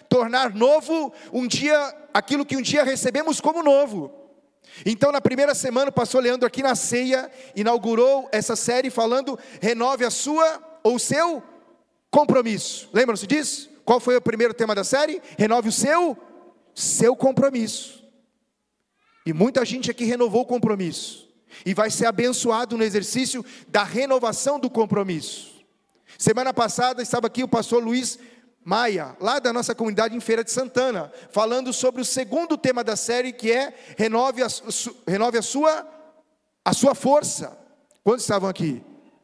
tornar novo aquilo que um dia recebemos como novo. Então na primeira semana o pastor Leandro aqui na ceia inaugurou essa série falando: renove a sua ou o seu compromisso. Lembram-se disso? Qual foi o primeiro tema da série? Renove o seu compromisso. E muita gente aqui renovou o compromisso e vai ser abençoado no exercício da renovação do compromisso. Semana passada estava aqui o pastor Luiz Maia, lá da nossa comunidade em Feira de Santana, falando sobre o segundo tema da série, que é renove a sua força. Quantos estavam aqui?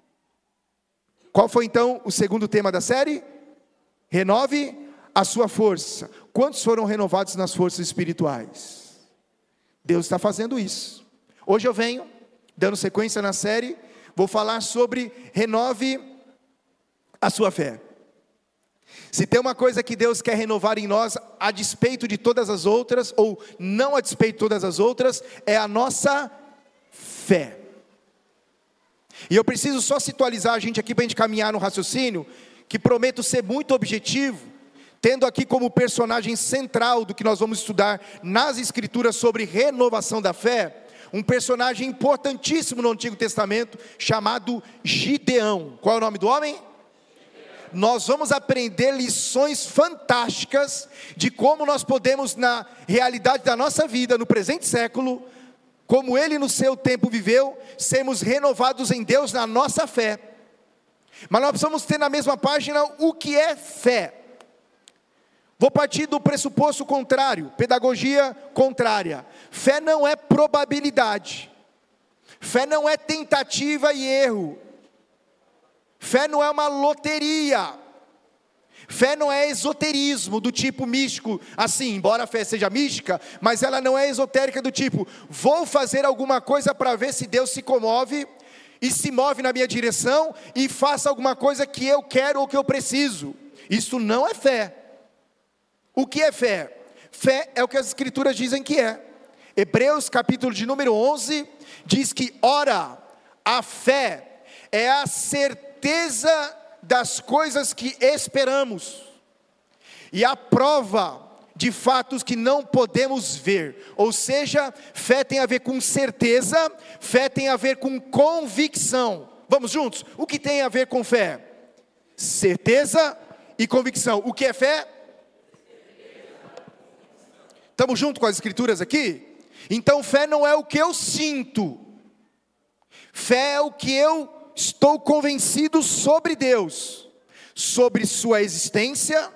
Qual foi então o segundo tema da série? Renove a sua força. Quantos foram renovados nas forças espirituais? Deus está fazendo isso. Hoje eu venho, dando sequência na série, vou falar sobre renove a sua fé. Se tem uma coisa que Deus quer renovar em nós, a despeito de todas as outras, ou não a despeito de todas as outras, é a nossa fé. E eu preciso só situalizar a gente aqui para a gente caminhar no raciocínio, que prometo ser muito objetivo, tendo aqui como personagem central do que nós vamos estudar nas Escrituras sobre renovação da fé, um personagem importantíssimo no Antigo Testamento, chamado Gideão. Qual é o nome do homem? Nós vamos aprender lições fantásticas de como nós podemos, na realidade da nossa vida, no presente século, como ele no seu tempo viveu, sermos renovados em Deus na nossa fé. Mas nós precisamos ter na mesma página o que é fé. Vou partir do pressuposto contrário, pedagogia contrária. Fé não é probabilidade. Fé não é tentativa e erro. Fé não é uma loteria. Fé não é esoterismo do tipo místico, assim, embora a fé seja mística, mas ela não é esotérica do tipo, vou fazer alguma coisa para ver se Deus se comove, e se move na minha direção, e faça alguma coisa que eu quero ou que eu preciso. Isso não é fé. O que é fé? Fé é o que as Escrituras dizem que é. Hebreus capítulo de número 11, diz que, ora, a fé é a certeza das coisas que esperamos, e a prova de fatos que não podemos ver. Ou seja, fé tem a ver com certeza, fé tem a ver com convicção. Vamos juntos? O que tem a ver com fé? Certeza e convicção. O que é fé? Estamos juntos com as Escrituras aqui? Então fé não é o que eu sinto, fé é o que eu estou convencido sobre Deus, sobre sua existência,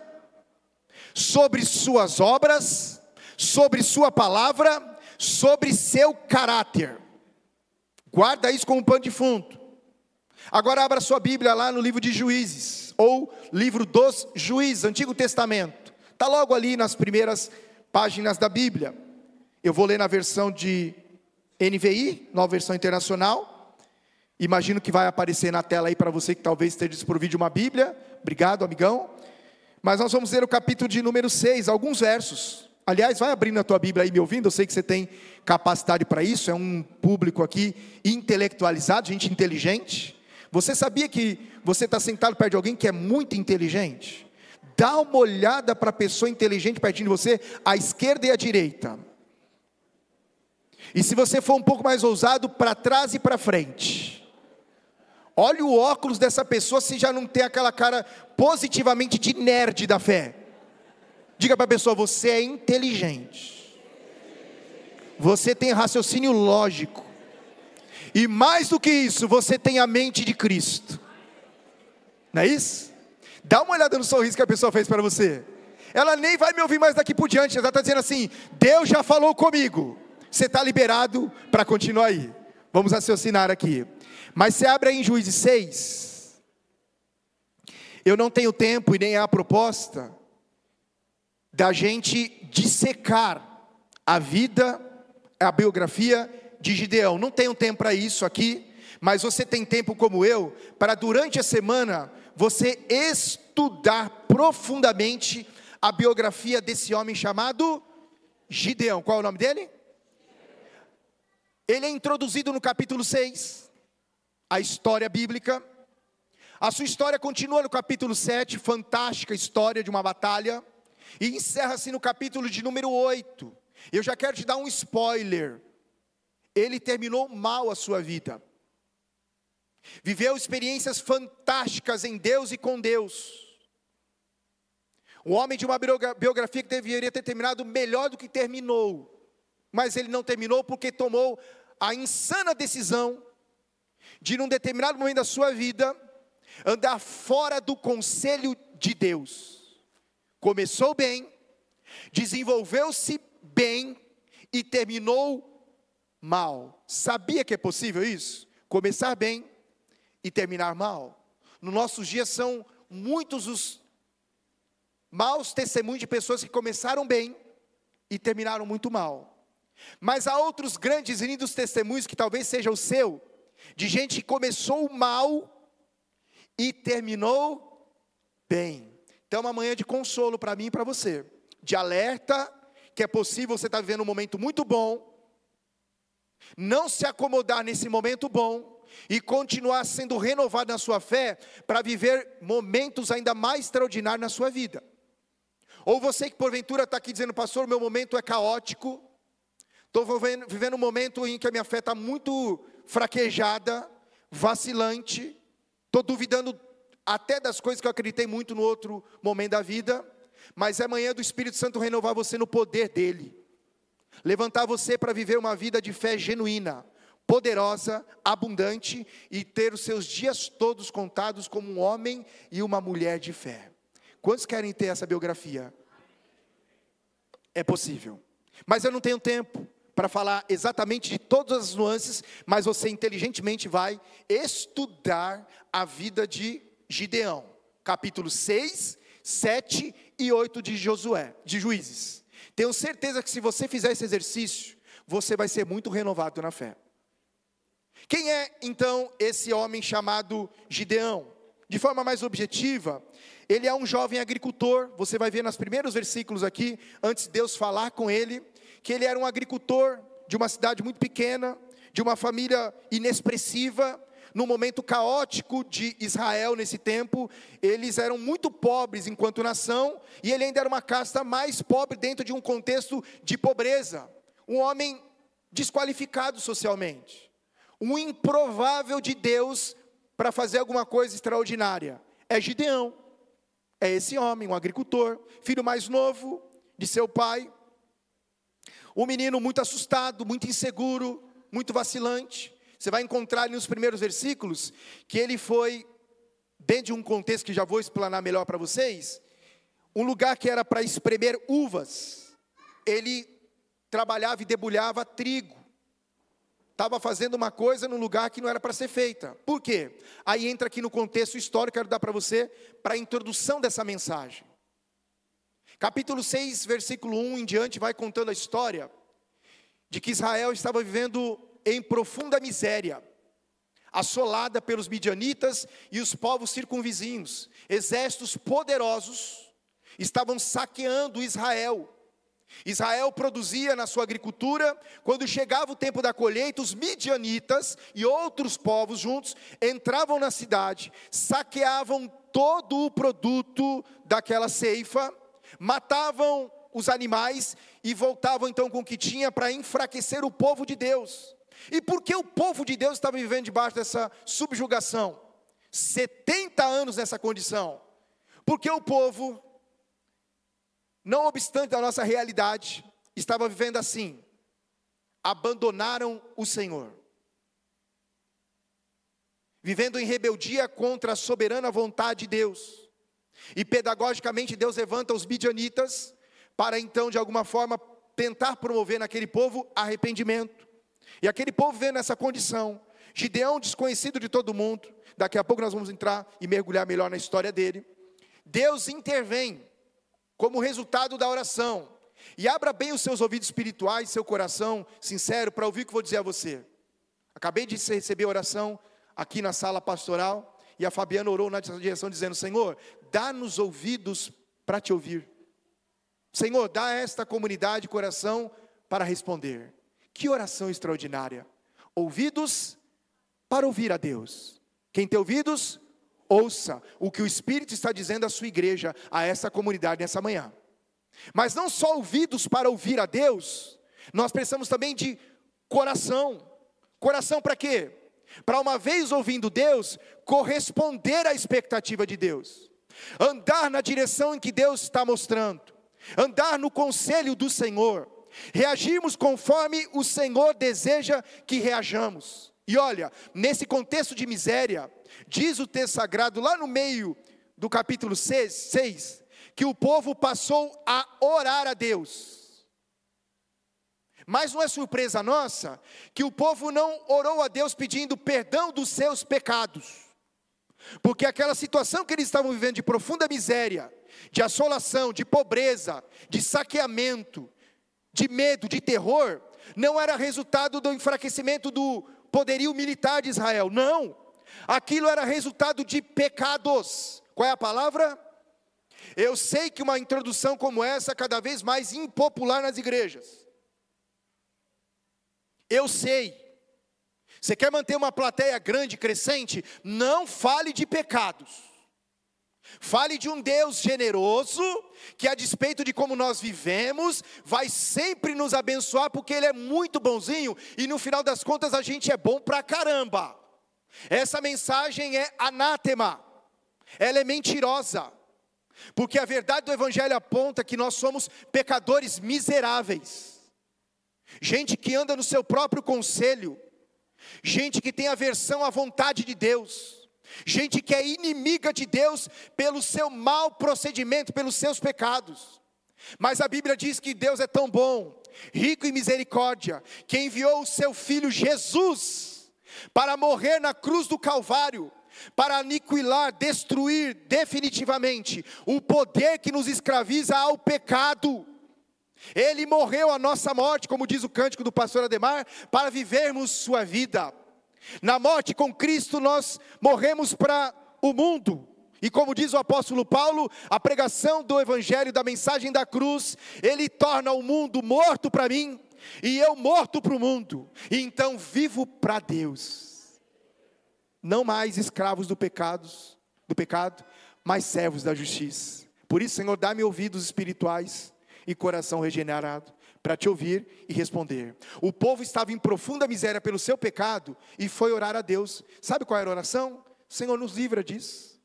sobre suas obras, sobre sua palavra, sobre seu caráter. Guarda isso como pano de fundo. Agora abra sua Bíblia lá no livro de Juízes, ou livro dos Juízes, Antigo Testamento. Está logo ali nas primeiras páginas da Bíblia. Eu vou ler na versão de NVI, Nova Versão Internacional. Imagino que vai aparecer na tela aí para você que talvez esteja desprovido de uma Bíblia. Obrigado, amigão. Mas nós vamos ler o capítulo de número 6, alguns versos. Aliás, vai abrindo a tua Bíblia aí me ouvindo, eu sei que você tem capacidade para isso, é um público aqui intelectualizado, gente inteligente. Você sabia que você está sentado perto de alguém que é muito inteligente? Dá uma olhada para a pessoa inteligente pertinho de você, à esquerda e à direita. E se você for um pouco mais ousado, para trás e para frente. Olha o óculos dessa pessoa, se já não tem aquela cara positivamente de nerd da fé. Diga para a pessoa, você é inteligente. Você tem raciocínio lógico. E mais do que isso, você tem a mente de Cristo. Não é isso? Dá uma olhada no sorriso que a pessoa fez para você. Ela nem vai me ouvir mais daqui por diante. Ela está dizendo assim, Deus já falou comigo. Você está liberado para continuar aí. Vamos raciocinar aqui. Mas você abre aí em Juízes 6. Eu não tenho tempo e nem é a proposta da gente dissecar a vida, a biografia de Gideão. Não tenho tempo para isso aqui, mas você tem tempo como eu, para durante a semana, você estudar profundamente a biografia desse homem chamado Gideão. Qual é o nome dele? Ele é introduzido no capítulo 6. A história bíblica, a sua história continua no capítulo 7, fantástica história de uma batalha, E encerra-se no capítulo de número 8. Eu já quero te dar um spoiler. Ele terminou mal a sua vida. Viveu experiências fantásticas em Deus e com Deus. Um homem de uma biografia que deveria ter terminado melhor do que terminou. Mas ele não terminou porque tomou a insana decisão de, num determinado momento da sua vida, andar fora do conselho de Deus. Começou bem, desenvolveu-se bem e terminou mal. Sabia que é possível isso? Começar bem e terminar mal. Nos nossos dias são muitos os maus testemunhos de pessoas que começaram bem e terminaram muito mal. Mas há outros grandes e lindos testemunhos, que talvez seja o seu, de gente que começou mal e terminou bem. Então, uma manhã de consolo para mim e para você, de alerta, que é possível você estar vivendo um momento muito bom, não se acomodar nesse momento bom, e continuar sendo renovado na sua fé, para viver momentos ainda mais extraordinários na sua vida. Ou você que porventura está aqui dizendo: pastor, meu momento é caótico, estou vivendo um momento em que a minha fé está muito fraquejada, vacilante, estou duvidando até das coisas que eu acreditei muito no outro momento da vida, mas é manhã do Espírito Santo renovar você no poder dele, levantar você para viver uma vida de fé genuína, poderosa, abundante, e ter os seus dias todos contados como um homem e uma mulher de fé. Quantos querem ter essa biografia? É possível, mas eu não tenho tempo para falar exatamente de todas as nuances, mas você inteligentemente vai estudar a vida de Gideão, capítulo 6, 7 e 8 de Josué, de Juízes. Tenho certeza que se você fizer esse exercício, você vai ser muito renovado na fé. Quem é então esse homem chamado Gideão? De forma mais objetiva, ele é um jovem agricultor. Você vai ver nos primeiros versículos aqui, antes de Deus falar com ele, que ele era um agricultor de uma cidade muito pequena, de uma família inexpressiva, num momento caótico de Israel nesse tempo. Eles eram muito pobres enquanto nação, e ele ainda era uma casta mais pobre dentro de um contexto de pobreza. Um homem desqualificado socialmente, um improvável de Deus para fazer alguma coisa extraordinária. É Gideão, é esse homem, um agricultor, filho mais novo de seu pai, um menino muito assustado, muito inseguro, muito vacilante. Você vai encontrar ali nos primeiros versículos, que ele foi, dentro de um contexto que já vou explanar melhor para vocês, um lugar que era para espremer uvas, ele trabalhava e debulhava trigo, estava fazendo uma coisa num lugar que não era para ser feita. Por quê? Aí entra aqui no contexto histórico, quero dar para você, para a introdução dessa mensagem. Capítulo 6, versículo 1 em diante, vai contando a história de que Israel estava vivendo em profunda miséria, assolada pelos midianitas e os povos circunvizinhos. Exércitos poderosos estavam saqueando Israel. Israel produzia na sua agricultura. Quando chegava o tempo da colheita, os midianitas e outros povos juntos entravam na cidade, saqueavam todo o produto daquela ceifa, matavam os animais e voltavam então com o que tinha para enfraquecer o povo de Deus. E por que o povo de Deus estava vivendo debaixo dessa subjugação? 70 anos nessa condição. Porque o povo, não obstante a nossa realidade, estava vivendo assim. Abandonaram o Senhor, vivendo em rebeldia contra a soberana vontade de Deus. E pedagogicamente Deus levanta os midianitas para então de alguma forma tentar promover naquele povo arrependimento. E aquele povo vendo essa condição, Gideão, desconhecido de todo mundo, daqui a pouco nós vamos entrar e mergulhar melhor na história dele. Deus intervém como resultado da oração. E abra bem os seus ouvidos espirituais, seu coração sincero, para ouvir o que eu vou dizer a você. Acabei de receber oração aqui na sala pastoral, e a Fabiana orou na direção dizendo: Senhor, dá-nos ouvidos para te ouvir. Senhor, dá a esta comunidade coração para responder. Que oração extraordinária. Ouvidos para ouvir a Deus. Quem tem ouvidos, ouça o que o Espírito está dizendo à sua igreja, a essa comunidade nessa manhã. Mas não só ouvidos para ouvir a Deus, nós precisamos também de coração. Coração para quê? Para uma vez ouvindo Deus, corresponder à expectativa de Deus. Andar na direção em que Deus está mostrando. Andar no conselho do Senhor. Reagirmos conforme o Senhor deseja que reajamos. E olha, nesse contexto de miséria, diz o texto sagrado lá no meio do capítulo 6, que o povo passou a orar a Deus. Mas não é surpresa nossa que o povo não orou a Deus pedindo perdão dos seus pecados. Porque aquela situação que eles estavam vivendo de profunda miséria, de assolação, de pobreza, de saqueamento, de medo, de terror, não era resultado do enfraquecimento do poderio militar de Israel, não. Aquilo era resultado de pecados. Qual é a palavra? Eu sei que uma introdução como essa é cada vez mais impopular nas igrejas. Eu sei. Você quer manter uma plateia grande, crescente? Não fale de pecados. Fale de um Deus generoso, que a despeito de como nós vivemos, vai sempre nos abençoar, porque Ele é muito bonzinho, e no final das contas a gente é bom pra caramba. Essa mensagem é anátema, ela é mentirosa, porque a verdade do Evangelho aponta que nós somos pecadores miseráveis, gente que anda no seu próprio conselho, gente que tem aversão à vontade de Deus, gente que é inimiga de Deus pelo seu mau procedimento, pelos seus pecados. Mas a Bíblia diz que Deus é tão bom, rico em misericórdia, que enviou o seu Filho Jesus para morrer na cruz do Calvário, para aniquilar, destruir definitivamente o poder que nos escraviza ao pecado. Ele morreu a nossa morte, como diz o cântico do pastor Ademar, para vivermos sua vida. Na morte com Cristo nós morremos para o mundo. E como diz o apóstolo Paulo, a pregação do Evangelho, da mensagem da cruz, ele torna o mundo morto para mim, e eu morto para o mundo. E então vivo para Deus. Não mais escravos do pecado, mas servos da justiça. Por isso, Senhor, dá-me ouvidos espirituais e coração regenerado, para te ouvir e responder. O povo estava em profunda miséria pelo seu pecado, e foi orar a Deus. Sabe qual era a oração? Senhor, nos livra disso.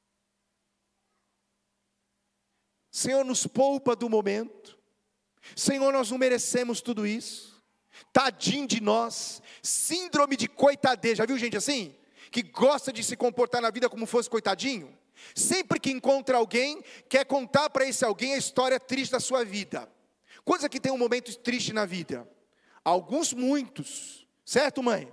Senhor, nos poupa do momento. Senhor, nós não merecemos tudo isso. Tadinho de nós. Síndrome de coitadez. Já viu gente assim? Que gosta de se comportar na vida como fosse coitadinho? Sempre que encontra alguém, quer contar para esse alguém a história triste da sua vida. Quantos aqui tem um momento triste na vida? Alguns, muitos. Certo, mãe?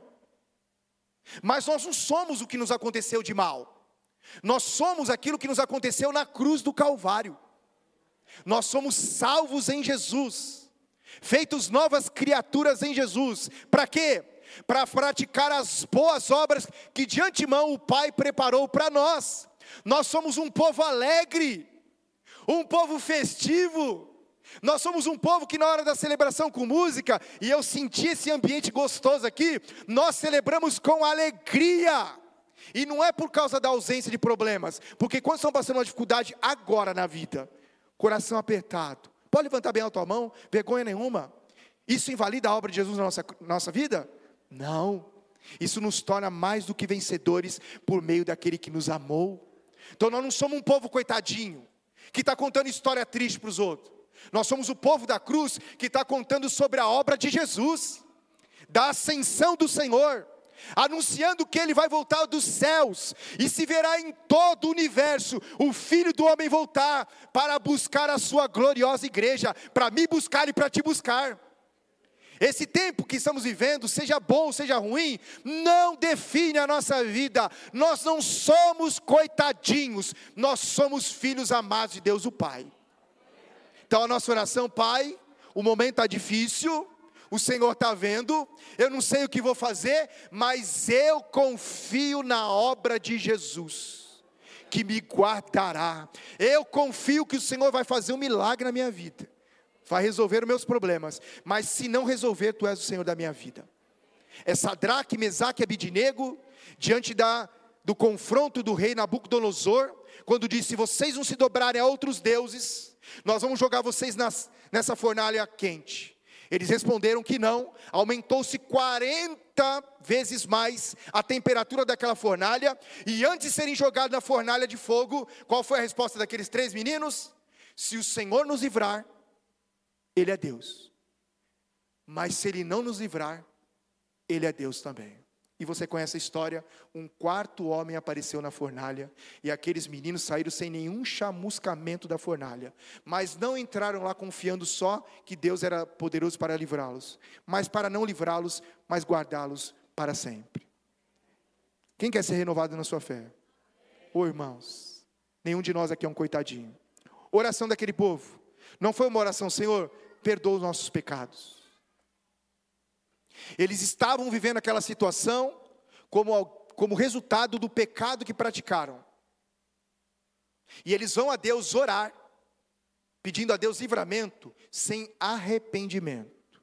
Mas nós não somos o que nos aconteceu de mal. Nós somos aquilo que nos aconteceu na cruz do Calvário. Nós somos salvos em Jesus. Feitos novas criaturas em Jesus. Para quê? Para praticar as boas obras que de antemão o Pai preparou para nós. Nós somos um povo alegre, um povo festivo. Nós somos um povo que na hora da celebração com música, e eu senti esse ambiente gostoso aqui, nós celebramos com alegria. E não é por causa da ausência de problemas, porque quando estão passando uma dificuldade agora na vida, coração apertado, pode levantar bem alto a mão, vergonha nenhuma. Isso invalida a obra de Jesus na nossa vida? Não. Isso nos torna mais do que vencedores por meio daquele que nos amou. Então nós não somos um povo coitadinho, que está contando história triste para os outros. Nós somos o povo da cruz, que está contando sobre a obra de Jesus, da ascensão do Senhor, anunciando que Ele vai voltar dos céus, e se verá em todo o universo, o Filho do Homem voltar, para buscar a sua gloriosa igreja, para me buscar e para te buscar. Esse tempo que estamos vivendo, seja bom, seja ruim, não define a nossa vida. Nós não somos coitadinhos, nós somos filhos amados de Deus o Pai. Então a nossa oração: Pai, o momento está difícil, o Senhor está vendo, eu não sei o que vou fazer, mas eu confio na obra de Jesus, que me guardará. Eu confio que o Senhor vai fazer um milagre na minha vida, vai resolver os meus problemas, mas se não resolver, Tu és o Senhor da minha vida. É Sadraque, Mesaque e Abidnego, diante do confronto do rei Nabucodonosor, quando disse: se vocês não se dobrarem a outros deuses, Nós vamos jogar vocês nessa fornalha quente. Eles responderam que não. Aumentou-se 40 vezes mais a temperatura daquela fornalha. E antes de serem jogados na fornalha de fogo, qual foi a resposta daqueles 3 meninos? Se o Senhor nos livrar, Ele é Deus. Mas se Ele não nos livrar, Ele é Deus também. E você conhece a história, um quarto homem apareceu na fornalha, e aqueles meninos saíram sem nenhum chamuscamento da fornalha, mas não entraram lá confiando só que Deus era poderoso para livrá-los, mas para não livrá-los, mas guardá-los para sempre. Quem quer ser renovado na sua fé? Ô irmãos, nenhum de nós aqui é um coitadinho. Oração daquele povo, não foi uma oração, Senhor, perdoa os nossos pecados. Eles estavam vivendo aquela situação como resultado do pecado que praticaram. E eles vão a Deus orar, pedindo a Deus livramento, sem arrependimento.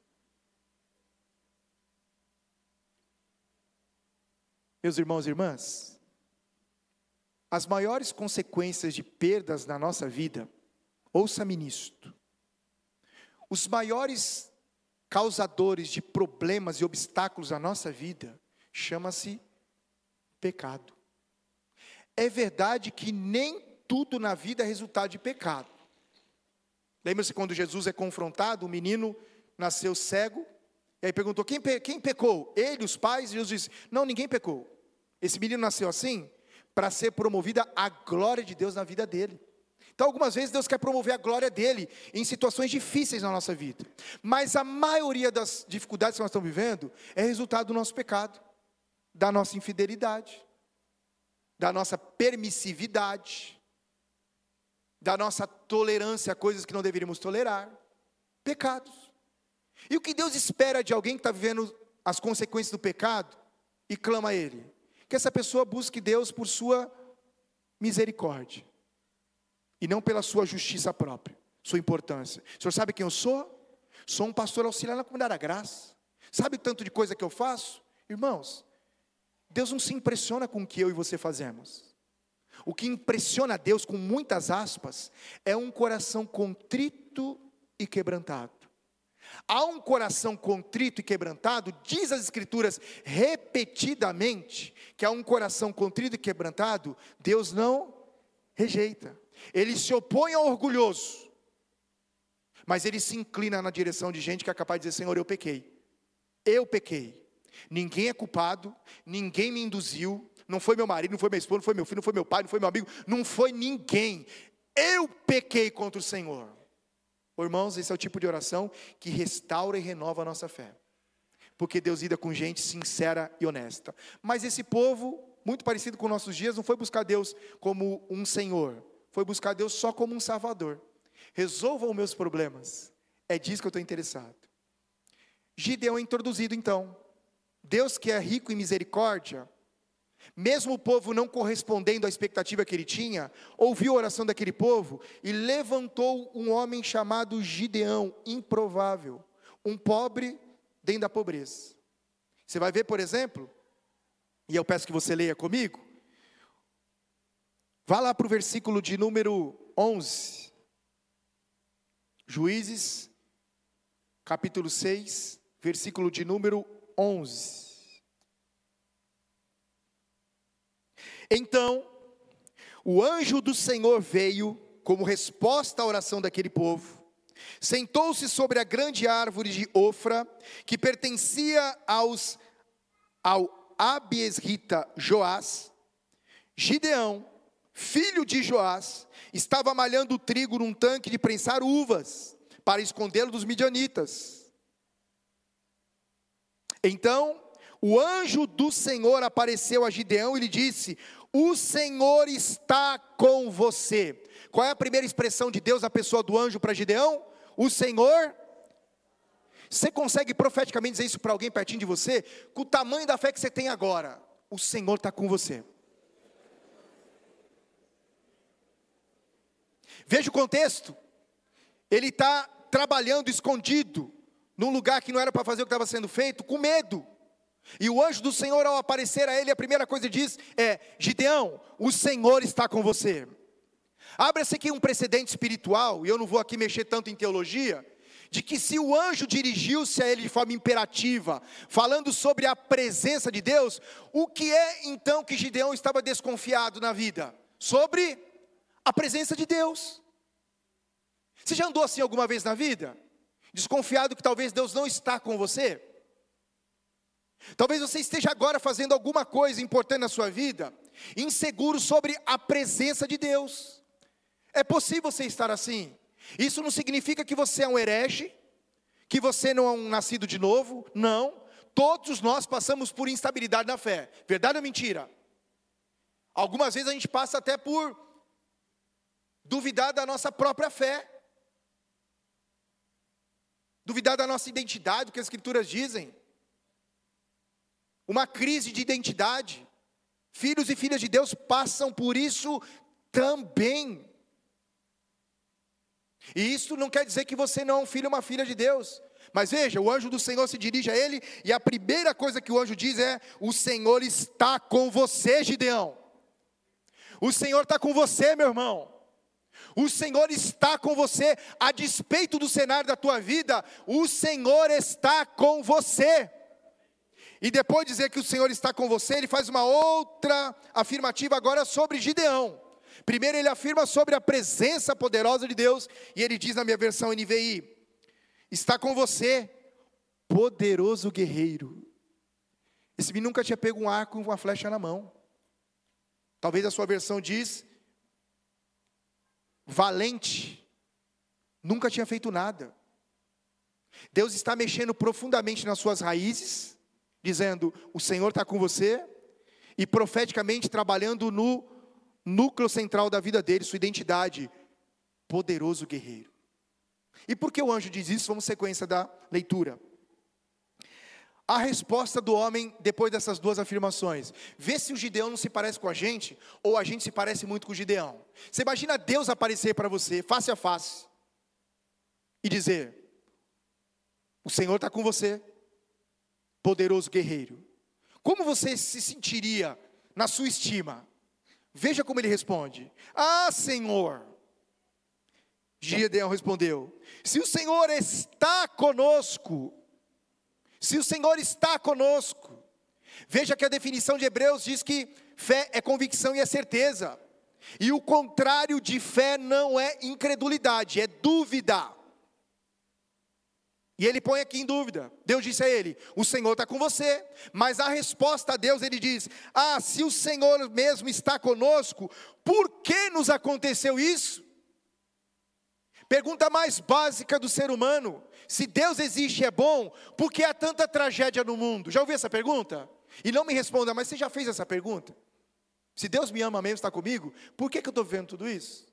Meus irmãos e irmãs, as maiores consequências de perdas na nossa vida, ouça-me nisto, os maiores causadores de problemas e obstáculos na nossa vida, chama-se pecado. É verdade que nem tudo na vida é resultado de pecado. Lembra-se quando Jesus é confrontado, o menino nasceu cego, e aí perguntou, quem pecou? Ele, os pais? E Jesus disse, não, ninguém pecou. Esse menino nasceu assim, para ser promovida a glória de Deus na vida dele. Então algumas vezes Deus quer promover a glória dele em situações difíceis na nossa vida. Mas a maioria das dificuldades que nós estamos vivendo é resultado do nosso pecado, da nossa infidelidade, da nossa permissividade, da nossa tolerância a coisas que não deveríamos tolerar. Pecados. E o que Deus espera de alguém que está vivendo as consequências do pecado e clama a Ele? Que essa pessoa busque Deus por sua misericórdia. E não pela sua justiça própria, sua importância. O senhor sabe quem eu sou? Sou um pastor auxiliar na comunidade da graça. Sabe o tanto de coisa que eu faço? Irmãos, Deus não se impressiona com o que eu e você fazemos. O que impressiona a Deus, com muitas aspas, é um coração contrito e quebrantado. Há um coração contrito e quebrantado, diz as Escrituras repetidamente, que há um coração contrito e quebrantado, Deus não rejeita. Ele se opõe ao orgulhoso, mas ele se inclina na direção de gente que é capaz de dizer, Senhor, eu pequei, ninguém é culpado, ninguém me induziu, não foi meu marido, não foi minha esposa, não foi meu filho, não foi meu pai, não foi meu amigo, não foi ninguém, eu pequei contra o Senhor. Irmãos, esse é o tipo de oração que restaura e renova a nossa fé, porque Deus lida com gente sincera e honesta. Mas esse povo, muito parecido com nossos dias, não foi buscar Deus como um Senhor, foi buscar Deus só como um Salvador. Resolvam os meus problemas, é disso que eu estou interessado. Gideão é introduzido então. Deus, que é rico em misericórdia, mesmo o povo não correspondendo à expectativa que ele tinha, ouviu a oração daquele povo e levantou um homem chamado Gideão, improvável, um pobre dentro da pobreza. Você vai ver, por exemplo, e eu peço que você leia comigo, vá lá para o versículo de número 11, Juízes, capítulo 6, versículo de número 11. Então, o anjo do Senhor veio, como resposta à oração daquele povo, sentou-se sobre a grande árvore de Ofra, que pertencia ao Abiesrita Joás. Gideão, filho de Joás, estava malhando trigo num tanque de prensar uvas, para escondê-lo dos midianitas. Então, o anjo do Senhor apareceu a Gideão e lhe disse, o Senhor está com você. Qual é a primeira expressão de Deus na pessoa do anjo para Gideão? O Senhor. Você consegue profeticamente dizer isso para alguém pertinho de você? Com o tamanho da fé que você tem agora, o Senhor está com você. Veja o contexto. Ele está trabalhando escondido, num lugar que não era para fazer o que estava sendo feito, com medo. E o anjo do Senhor, ao aparecer a ele, a primeira coisa que diz é, Gideão, o Senhor está com você. Abre-se aqui um precedente espiritual, e eu não vou aqui mexer tanto em teologia, de que se o anjo dirigiu-se a ele de forma imperativa, falando sobre a presença de Deus, o que é então que Gideão estava desconfiado na vida? Sobre a presença de Deus. Você já andou assim alguma vez na vida? Desconfiado que talvez Deus não está com você? Talvez você esteja agora fazendo alguma coisa importante na sua vida, inseguro sobre a presença de Deus. É possível você estar assim. Isso não significa que você é um herege, que você não é um nascido de novo. Não, todos nós passamos por instabilidade na fé. Verdade ou mentira? Algumas vezes a gente passa até por duvidar da nossa própria fé, duvidar da nossa identidade, do que as escrituras dizem. Uma crise de identidade. Filhos e filhas de Deus passam por isso também. E isso não quer dizer que você não é um filho ou uma filha de Deus. Mas veja, o anjo do Senhor se dirige a ele, e a primeira coisa que o anjo diz é: o Senhor está com você, Gideão. O Senhor está com você, meu irmão. O Senhor está com você, a despeito do cenário da tua vida, o Senhor está com você. E depois de dizer que o Senhor está com você, ele faz uma outra afirmativa agora sobre Gideão. Primeiro ele afirma sobre a presença poderosa de Deus, e ele diz na minha versão NVI: está com você, poderoso guerreiro. Esse menino nunca tinha pego um arco e uma flecha na mão. Talvez a sua versão diz: valente, nunca tinha feito nada. Deus está mexendo profundamente nas suas raízes, dizendo: o Senhor está com você, e profeticamente trabalhando no núcleo central da vida dele, sua identidade: poderoso guerreiro. E por que o anjo diz isso? Vamos sequência da leitura. A resposta do homem, depois dessas duas afirmações: vê se o Gideão não se parece com a gente, ou a gente se parece muito com o Gideão. Você imagina Deus aparecer para você, face a face, e dizer: o Senhor está com você, poderoso guerreiro. Como você se sentiria na sua estima? Veja como ele responde: ah, Senhor. Gideão respondeu: se o Senhor está conosco, se o Senhor está conosco. Veja que a definição de Hebreus diz que fé é convicção e é certeza, e o contrário de fé não é incredulidade, é dúvida. E ele põe aqui em dúvida. Deus disse a ele: o Senhor está com você. Mas a resposta a Deus, ele diz: ah, se o Senhor mesmo está conosco, por que nos aconteceu isso? Pergunta mais básica do ser humano: se Deus existe e é bom, por que há tanta tragédia no mundo? Já ouviu essa pergunta? E não me responda: mas você já fez essa pergunta? Se Deus me ama mesmo, está comigo, por que eu estou vendo tudo isso?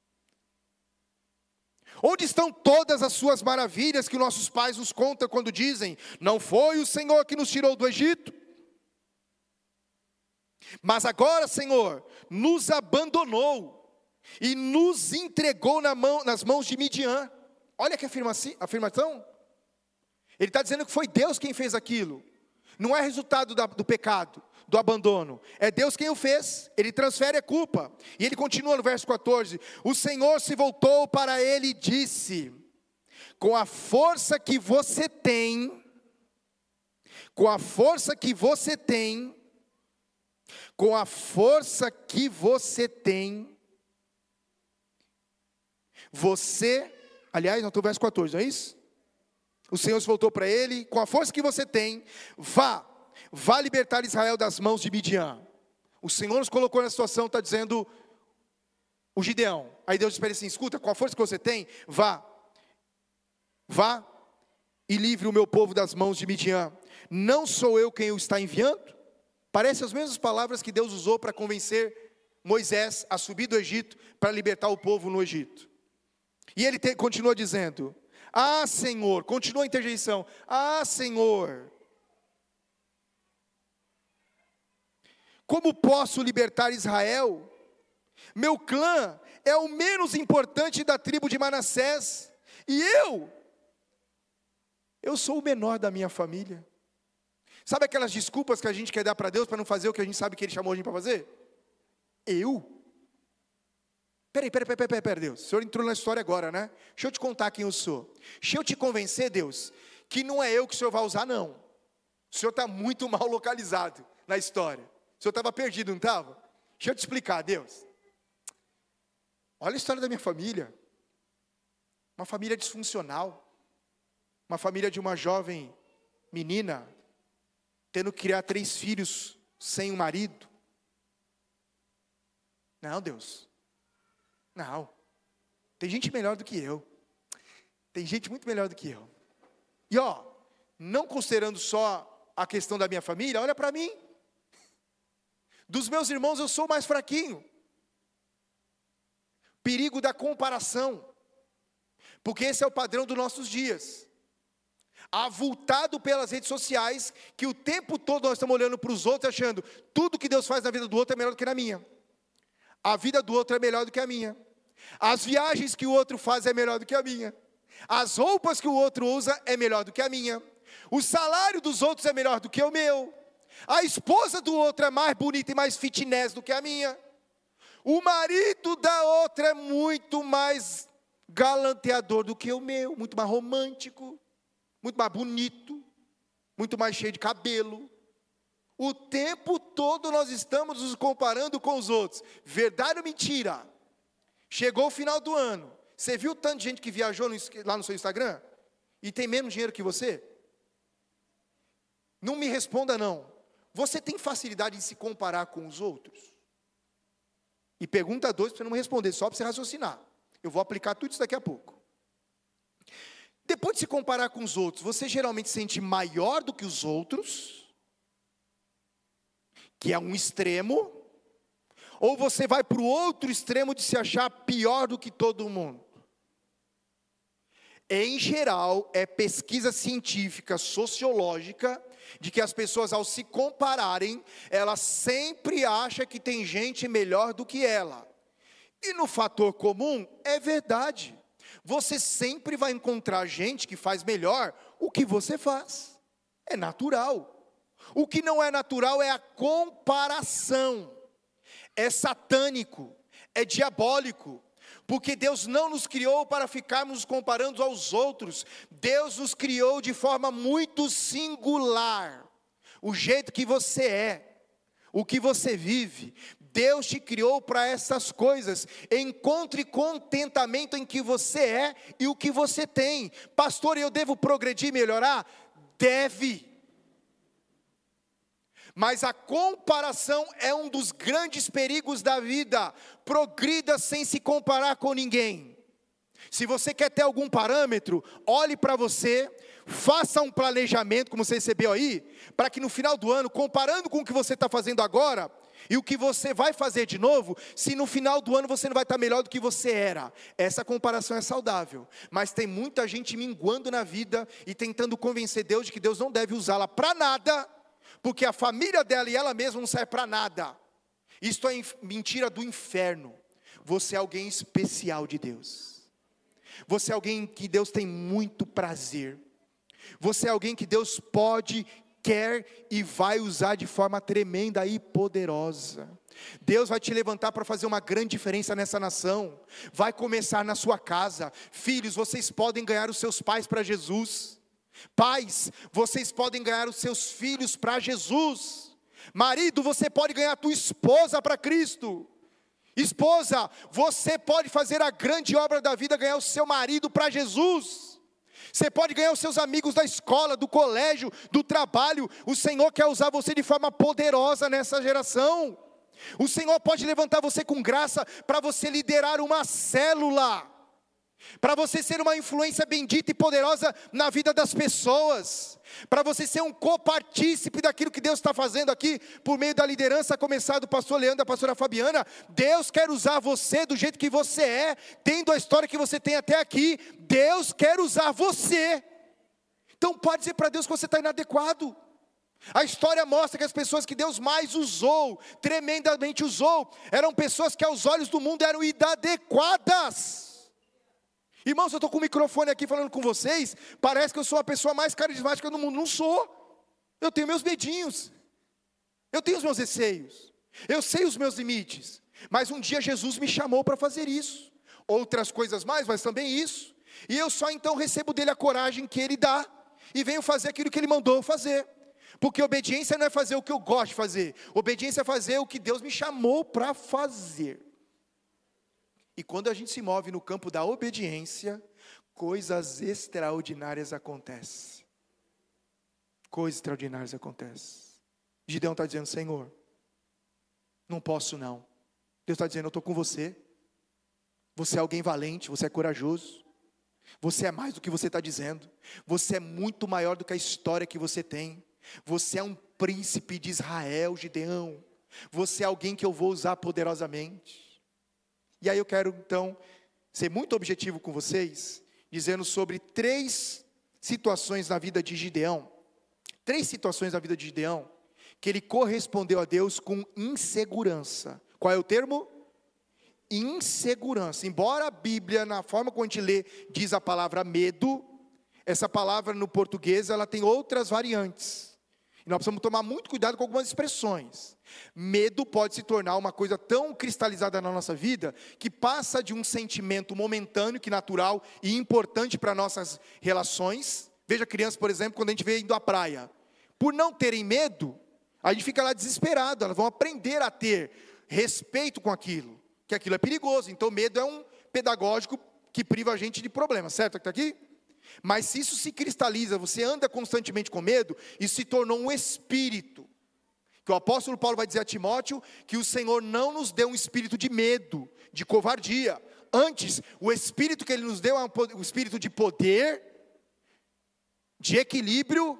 Onde estão todas as suas maravilhas que nossos pais nos contam quando dizem: não foi o Senhor que nos tirou do Egito? Mas agora, Senhor, nos abandonou e nos entregou nas mãos de Midian. Olha que afirmação. Ele está dizendo que foi Deus quem fez aquilo. Não é resultado do pecado, do abandono. É Deus quem o fez. Ele transfere a culpa. E ele continua no verso 14: o Senhor se voltou para ele e disse: com a força que você tem, com a força que você tem, com a força que você tem, você, aliás, não estou no verso 14, não é isso? O Senhor se voltou para ele: com a força que você tem, vá libertar Israel das mãos de Midian. O Senhor nos colocou nessa situação, está dizendo o Gideão. Aí Deus diz para ele assim: escuta, com a força que você tem, vá e livre o meu povo das mãos de Midian. Não sou eu quem o está enviando? Parece as mesmas palavras que Deus usou para convencer Moisés a subir do Egito, para libertar o povo no Egito. E ele continua dizendo: ah, Senhor, continua a interjeição: ah, Senhor, como posso libertar Israel? Meu clã é o menos importante da tribo de Manassés, e eu sou o menor da minha família. Sabe aquelas desculpas que a gente quer dar para Deus para não fazer o que a gente sabe que Ele chamou a gente para fazer? Peraí, Deus, o Senhor entrou na história agora, né? Deixa eu te contar quem eu sou. Deixa eu te convencer, Deus, que não é eu que o Senhor vai usar, não. O Senhor está muito mal localizado na história. O Senhor estava perdido, não estava? Deixa eu te explicar, Deus. Olha a história da minha família. Uma família disfuncional. Uma família de uma jovem menina tendo que criar 3 filhos sem um marido. Não, Deus. Não. Tem gente melhor do que eu. Tem gente muito melhor do que eu. E não considerando só a questão da minha família, olha para mim. Dos meus irmãos eu sou o mais fraquinho. Perigo da comparação. Porque esse é o padrão dos nossos dias. Avultado pelas redes sociais, que o tempo todo nós estamos olhando para os outros, achando tudo que Deus faz na vida do outro é melhor do que na minha. A vida do outro é melhor do que a minha. As viagens que o outro faz é melhor do que a minha. As roupas que o outro usa é melhor do que a minha. O salário dos outros é melhor do que o meu. A esposa do outro é mais bonita e mais fitness do que a minha. O marido da outra é muito mais galanteador do que o meu, muito mais romântico, muito mais bonito, muito mais cheio de cabelo. O tempo todo nós estamos nos comparando com os outros. Verdade ou mentira? Chegou o final do ano. Você viu tanto de gente que viajou lá no seu Instagram? E tem menos dinheiro que você? Não me responda não. Você tem facilidade em se comparar com os outros? E pergunta 2 para você não me responder, só para você raciocinar. Eu vou aplicar tudo isso daqui a pouco. Depois de se comparar com os outros, você geralmente se sente maior do que os outros, que é um extremo, ou você vai para o outro extremo de se achar pior do que todo mundo? Em geral, é pesquisa científica, sociológica, de que as pessoas ao se compararem, elas sempre acham que tem gente melhor do que ela. E no fator comum, é verdade. Você sempre vai encontrar gente que faz melhor o que você faz. É natural. O que não é natural é a comparação. É satânico, é diabólico. Porque Deus não nos criou para ficarmos comparando aos outros. Deus nos criou de forma muito singular. O jeito que você é, o que você vive. Deus te criou para essas coisas. Encontre contentamento em que você é e o que você tem. Pastor, eu devo progredir e melhorar? Deve. Mas a comparação é um dos grandes perigos da vida. Progrida sem se comparar com ninguém. Se você quer ter algum parâmetro, olhe para você, faça um planejamento, como você recebeu aí, para que no final do ano, comparando com o que você está fazendo agora, e o que você vai fazer de novo, se no final do ano você não vai estar melhor do que você era. Essa comparação é saudável. Mas tem muita gente minguando na vida e tentando convencer Deus de que Deus não deve usá-la para nada, porque a família dela e ela mesma não serve para nada. Isto é mentira do inferno. Você é alguém especial de Deus. Você é alguém que Deus tem muito prazer. Você é alguém que Deus pode, quer e vai usar de forma tremenda e poderosa. Deus vai te levantar para fazer uma grande diferença nessa nação. Vai começar na sua casa. Filhos, vocês podem ganhar os seus pais para Jesus. Pais, vocês podem ganhar os seus filhos para Jesus. Marido, você pode ganhar a tua esposa para Cristo. Esposa, você pode fazer a grande obra da vida, ganhar o seu marido para Jesus. Você pode ganhar os seus amigos da escola, do colégio, do trabalho. O Senhor quer usar você de forma poderosa nessa geração. O Senhor pode levantar você com graça para você liderar uma célula, para você ser uma influência bendita e poderosa na vida das pessoas, para você ser um copartícipe daquilo que Deus está fazendo aqui, por meio da liderança, a começar do pastor Leandro, da pastora Fabiana. Deus quer usar você do jeito que você é, tendo a história que você tem até aqui. Deus quer usar você. Então pode dizer para Deus que você está inadequado. A história mostra que as pessoas que Deus mais usou, tremendamente usou, eram pessoas que aos olhos do mundo eram inadequadas. Irmãos, eu estou com o microfone aqui falando com vocês, parece que eu sou a pessoa mais carismática do mundo. Não sou. Eu tenho meus medinhos, eu tenho os meus receios, eu sei os meus limites. Mas um dia Jesus me chamou para fazer isso. Outras coisas mais, mas também isso. E eu só então recebo dele a coragem que ele dá. E venho fazer aquilo que ele mandou fazer. Porque obediência não é fazer o que eu gosto de fazer. Obediência é fazer o que Deus me chamou para fazer. E quando a gente se move no campo da obediência, coisas extraordinárias acontecem. Coisas extraordinárias acontecem. Gideão está dizendo: Senhor, não posso não. Deus está dizendo: eu estou com você. Você é alguém valente, você é corajoso. Você é mais do que você está dizendo. Você é muito maior do que a história que você tem. Você é um príncipe de Israel, Gideão. Você é alguém que eu vou usar poderosamente. E aí eu quero então ser muito objetivo com vocês, dizendo sobre 3 situações na vida de Gideão. 3 situações na vida de Gideão, que ele correspondeu a Deus com insegurança. Qual é o termo? Insegurança. Embora a Bíblia, na forma como a gente lê, diz a palavra medo, essa palavra no português, ela tem outras variantes. E nós precisamos tomar muito cuidado com algumas expressões. Medo pode se tornar uma coisa tão cristalizada na nossa vida, que passa de um sentimento momentâneo, que natural e importante para nossas relações. Veja crianças, por exemplo, quando a gente vê indo à praia. Por não terem medo, a gente fica lá desesperado. Elas vão aprender a ter respeito com aquilo, que aquilo é perigoso. Então medo é um pedagógico que priva a gente de problemas, certo que está aqui? Mas se isso se cristaliza, você anda constantemente com medo, isso se tornou um espírito. Que o apóstolo Paulo vai dizer a Timóteo, que o Senhor não nos deu um espírito de medo, de covardia. Antes, o espírito que ele nos deu é um espírito de poder, de equilíbrio.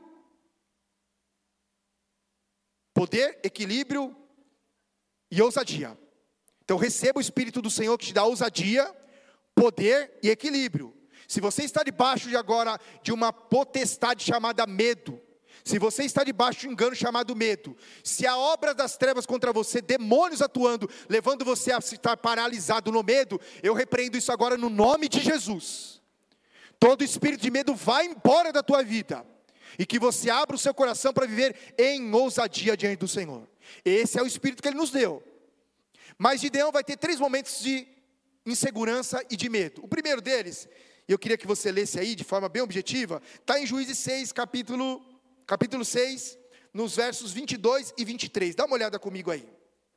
Poder, equilíbrio e ousadia. Então receba o Espírito do Senhor que te dá ousadia, poder e equilíbrio. Se você está debaixo de agora de uma potestade chamada medo, se você está debaixo de um engano chamado medo, se a obra das trevas contra você, demônios atuando, levando você a estar paralisado no medo, eu repreendo isso agora no nome de Jesus. Todo espírito de medo vai embora da tua vida, e que você abra o seu coração para viver em ousadia diante do Senhor. Esse é o espírito que Ele nos deu. Mas Gideão vai ter 3 momentos de insegurança e de medo. O primeiro deles, eu queria que você lesse aí de forma bem objetiva, está em Juízes 6, capítulo 6, nos versos 22 e 23. Dá uma olhada comigo aí.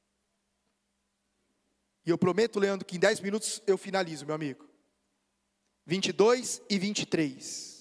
E eu prometo, Leandro, que em 10 minutos eu finalizo, meu amigo. 22 e 23.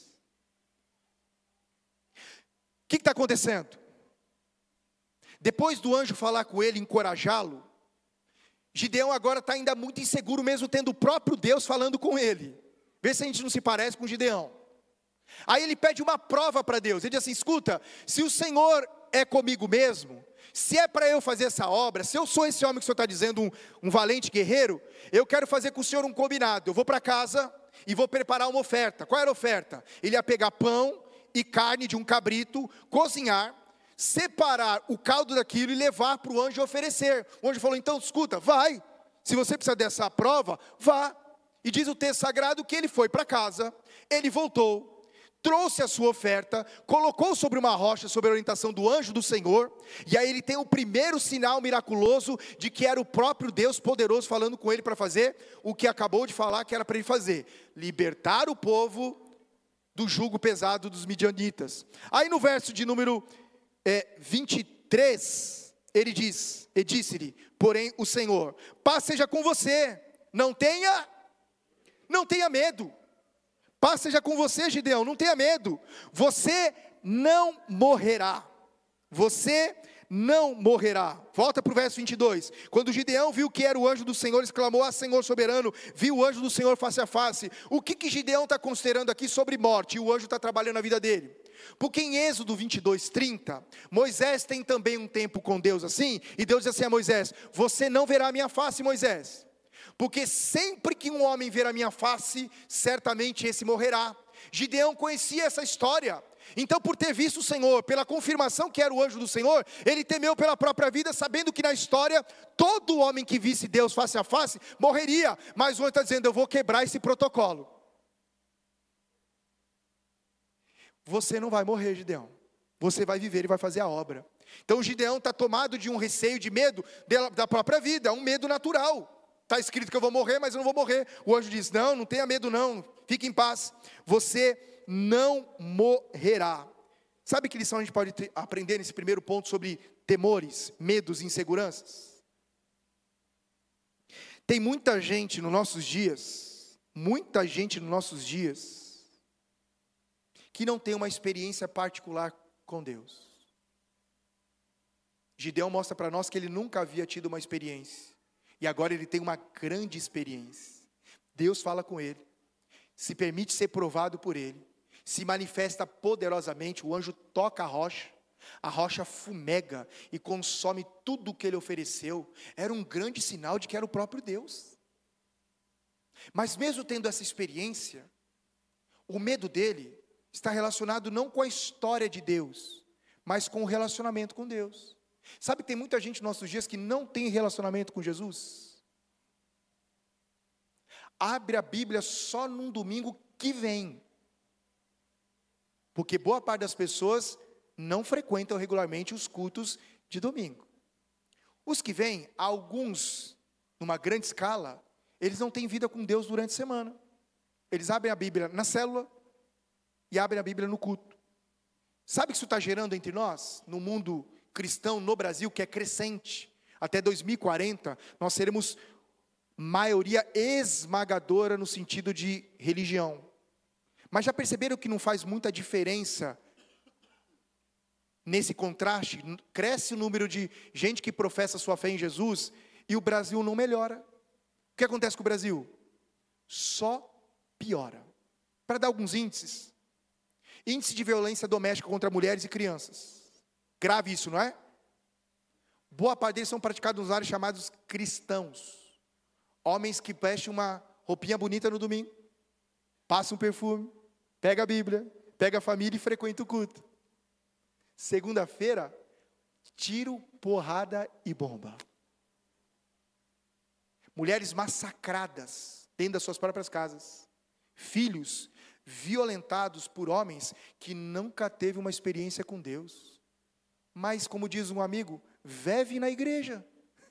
O que está acontecendo? Depois do anjo falar com ele, encorajá-lo, Gideão agora está ainda muito inseguro, mesmo tendo o próprio Deus falando com ele. Vê se a gente não se parece com Gideão. Aí ele pede uma prova para Deus. Ele diz assim: escuta, se o Senhor é comigo mesmo, se é para eu fazer essa obra, se eu sou esse homem que o Senhor está dizendo, um valente guerreiro, eu quero fazer com o Senhor um combinado. Eu vou para casa e vou preparar uma oferta. Qual era a oferta? Ele ia pegar pão e carne de um cabrito, cozinhar, separar o caldo daquilo e levar para o anjo oferecer. O anjo falou: então escuta, vai, se você precisa dessa prova, vá. E diz o texto sagrado que ele foi para casa, ele voltou, trouxe a sua oferta, colocou sobre uma rocha, sob a orientação do anjo do Senhor, e aí ele tem o primeiro sinal miraculoso de que era o próprio Deus poderoso falando com ele para fazer o que acabou de falar que era para ele fazer: libertar o povo do jugo pesado dos midianitas. Aí no verso de número 23, ele diz, e disse-lhe, porém o Senhor, paz seja com você, não tenha medo. Paz seja com você, Gideão, não tenha medo. Você não morrerá. Você não morrerá. Volta para o verso 22. Quando Gideão viu que era o anjo do Senhor, exclamou: ah, Senhor soberano, viu o anjo do Senhor face a face. O que Gideão está considerando aqui sobre morte? E o anjo está trabalhando na vida dele. Porque em Êxodo 22:30, Moisés tem também um tempo com Deus assim, e Deus diz assim a Moisés: você não verá a minha face, Moisés, porque sempre que um homem ver a minha face, certamente esse morrerá. Gideão conhecia essa história, então por ter visto o Senhor, pela confirmação que era o anjo do Senhor, ele temeu pela própria vida, sabendo que na história, todo homem que visse Deus face a face, morreria. Mas o anjo está dizendo: eu vou quebrar esse protocolo. Você não vai morrer, Gideão. Você vai viver e vai fazer a obra. Então Gideão está tomado de um receio, de medo da própria vida, um medo natural. Está escrito que eu vou morrer, mas eu não vou morrer. O anjo diz, não tenha medo não, fique em paz, você não morrerá. Sabe que lição a gente pode aprender nesse primeiro ponto sobre temores, medos e inseguranças? Tem muita gente nos nossos dias, que não tem uma experiência particular com Deus. Gideão mostra para nós que ele nunca havia tido uma experiência, e agora ele tem uma grande experiência. Deus fala com ele, se permite ser provado por ele, se manifesta poderosamente, o anjo toca a rocha fumega e consome tudo o que ele ofereceu. Era um grande sinal de que era o próprio Deus. Mas mesmo tendo essa experiência, o medo dele está relacionado não com a história de Deus, mas com o relacionamento com Deus. Sabe que tem muita gente nos nossos dias que não tem relacionamento com Jesus? Abre a Bíblia só num domingo que vem, porque boa parte das pessoas não frequentam regularmente os cultos de domingo. Os que vêm, alguns, numa grande escala, eles não têm vida com Deus durante a semana. Eles abrem a Bíblia na célula e abrem a Bíblia no culto. Sabe o que isso está gerando entre nós? No mundo cristão, no Brasil, que é crescente. Até 2040, nós seremos maioria esmagadora no sentido de religião. Mas já perceberam que não faz muita diferença nesse contraste? Cresce o número de gente que professa sua fé em Jesus e o Brasil não melhora. O que acontece com o Brasil? Só piora. Para dar alguns índices: índice de violência doméstica contra mulheres e crianças. Grave isso, não é? Boa parte deles são praticados nos áreas chamados cristãos. Homens que vestem uma roupinha bonita no domingo, passam um perfume, pega a Bíblia, pega a família e frequenta o culto. Segunda-feira, tiro, porrada e bomba. Mulheres massacradas dentro das suas próprias casas. Filhos violentados por homens que nunca teve uma experiência com Deus. Mas, como diz um amigo, vive na igreja.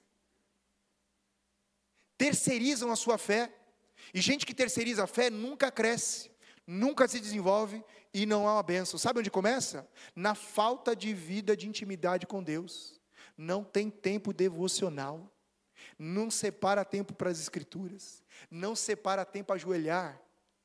Terceirizam a sua fé. E gente que terceiriza a fé nunca cresce, nunca se desenvolve e não há uma bênção. Sabe onde começa? Na falta de vida de intimidade com Deus. Não tem tempo devocional. Não separa tempo para as escrituras. Não separa tempo para ajoelhar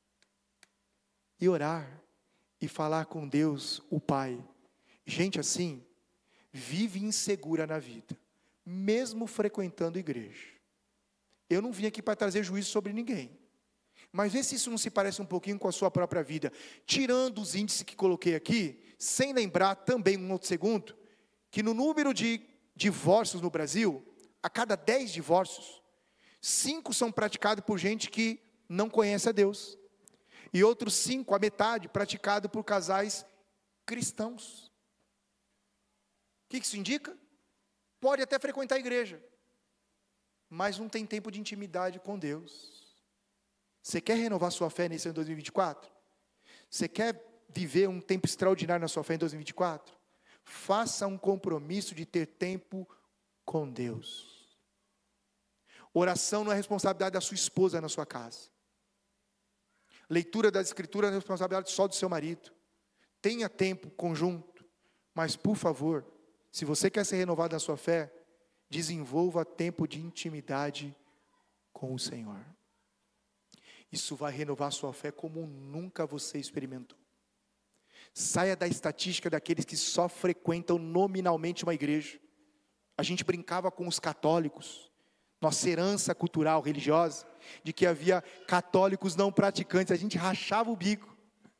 e orar e falar com Deus, o Pai. Gente assim vive insegura na vida, mesmo frequentando igreja. Eu não vim aqui para trazer juízo sobre ninguém, mas vê se isso não se parece um pouquinho com a sua própria vida. Tirando os índices que coloquei aqui, sem lembrar também um outro segundo, que no número de divórcios no Brasil, a cada 10 divórcios, 5 são praticados por gente que não conhece a Deus, e outros 5, a metade, praticado por casais cristãos. O que isso indica? Pode até frequentar a igreja, mas não tem tempo de intimidade com Deus. Você quer renovar sua fé nesse ano 2024? Você quer viver um tempo extraordinário na sua fé em 2024? Faça um compromisso de ter tempo com Deus. Oração não é responsabilidade da sua esposa na sua casa. Leitura das escrituras não é responsabilidade só do seu marido. Tenha tempo conjunto, mas por favor, se você quer ser renovado na sua fé, desenvolva tempo de intimidade com o Senhor. Isso vai renovar sua fé como nunca você experimentou. Saia da estatística daqueles que só frequentam nominalmente uma igreja. A gente brincava com os católicos, nossa herança cultural, religiosa, de que havia católicos não praticantes. A gente rachava o bico.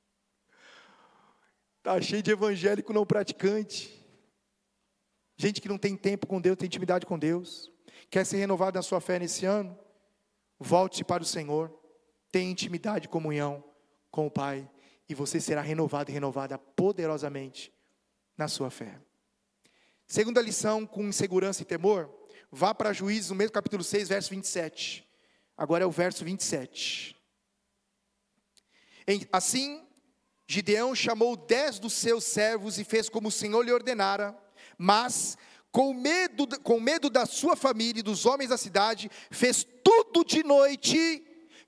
Está cheio de evangélico não praticante. Gente que não tem tempo com Deus, tem intimidade com Deus. Quer ser renovado na sua fé nesse ano? Volte-se para o Senhor. Tenha intimidade e comunhão com o Pai. E você será renovado e renovada poderosamente na sua fé. Segunda lição com insegurança e temor. Vá para Juízes, no mesmo capítulo 6, verso 27. Agora é o verso 27. Assim, Gideão chamou 10 dos seus servos e fez como o Senhor lhe ordenara. Mas, com medo da sua família e dos homens da cidade, fez tudo de noite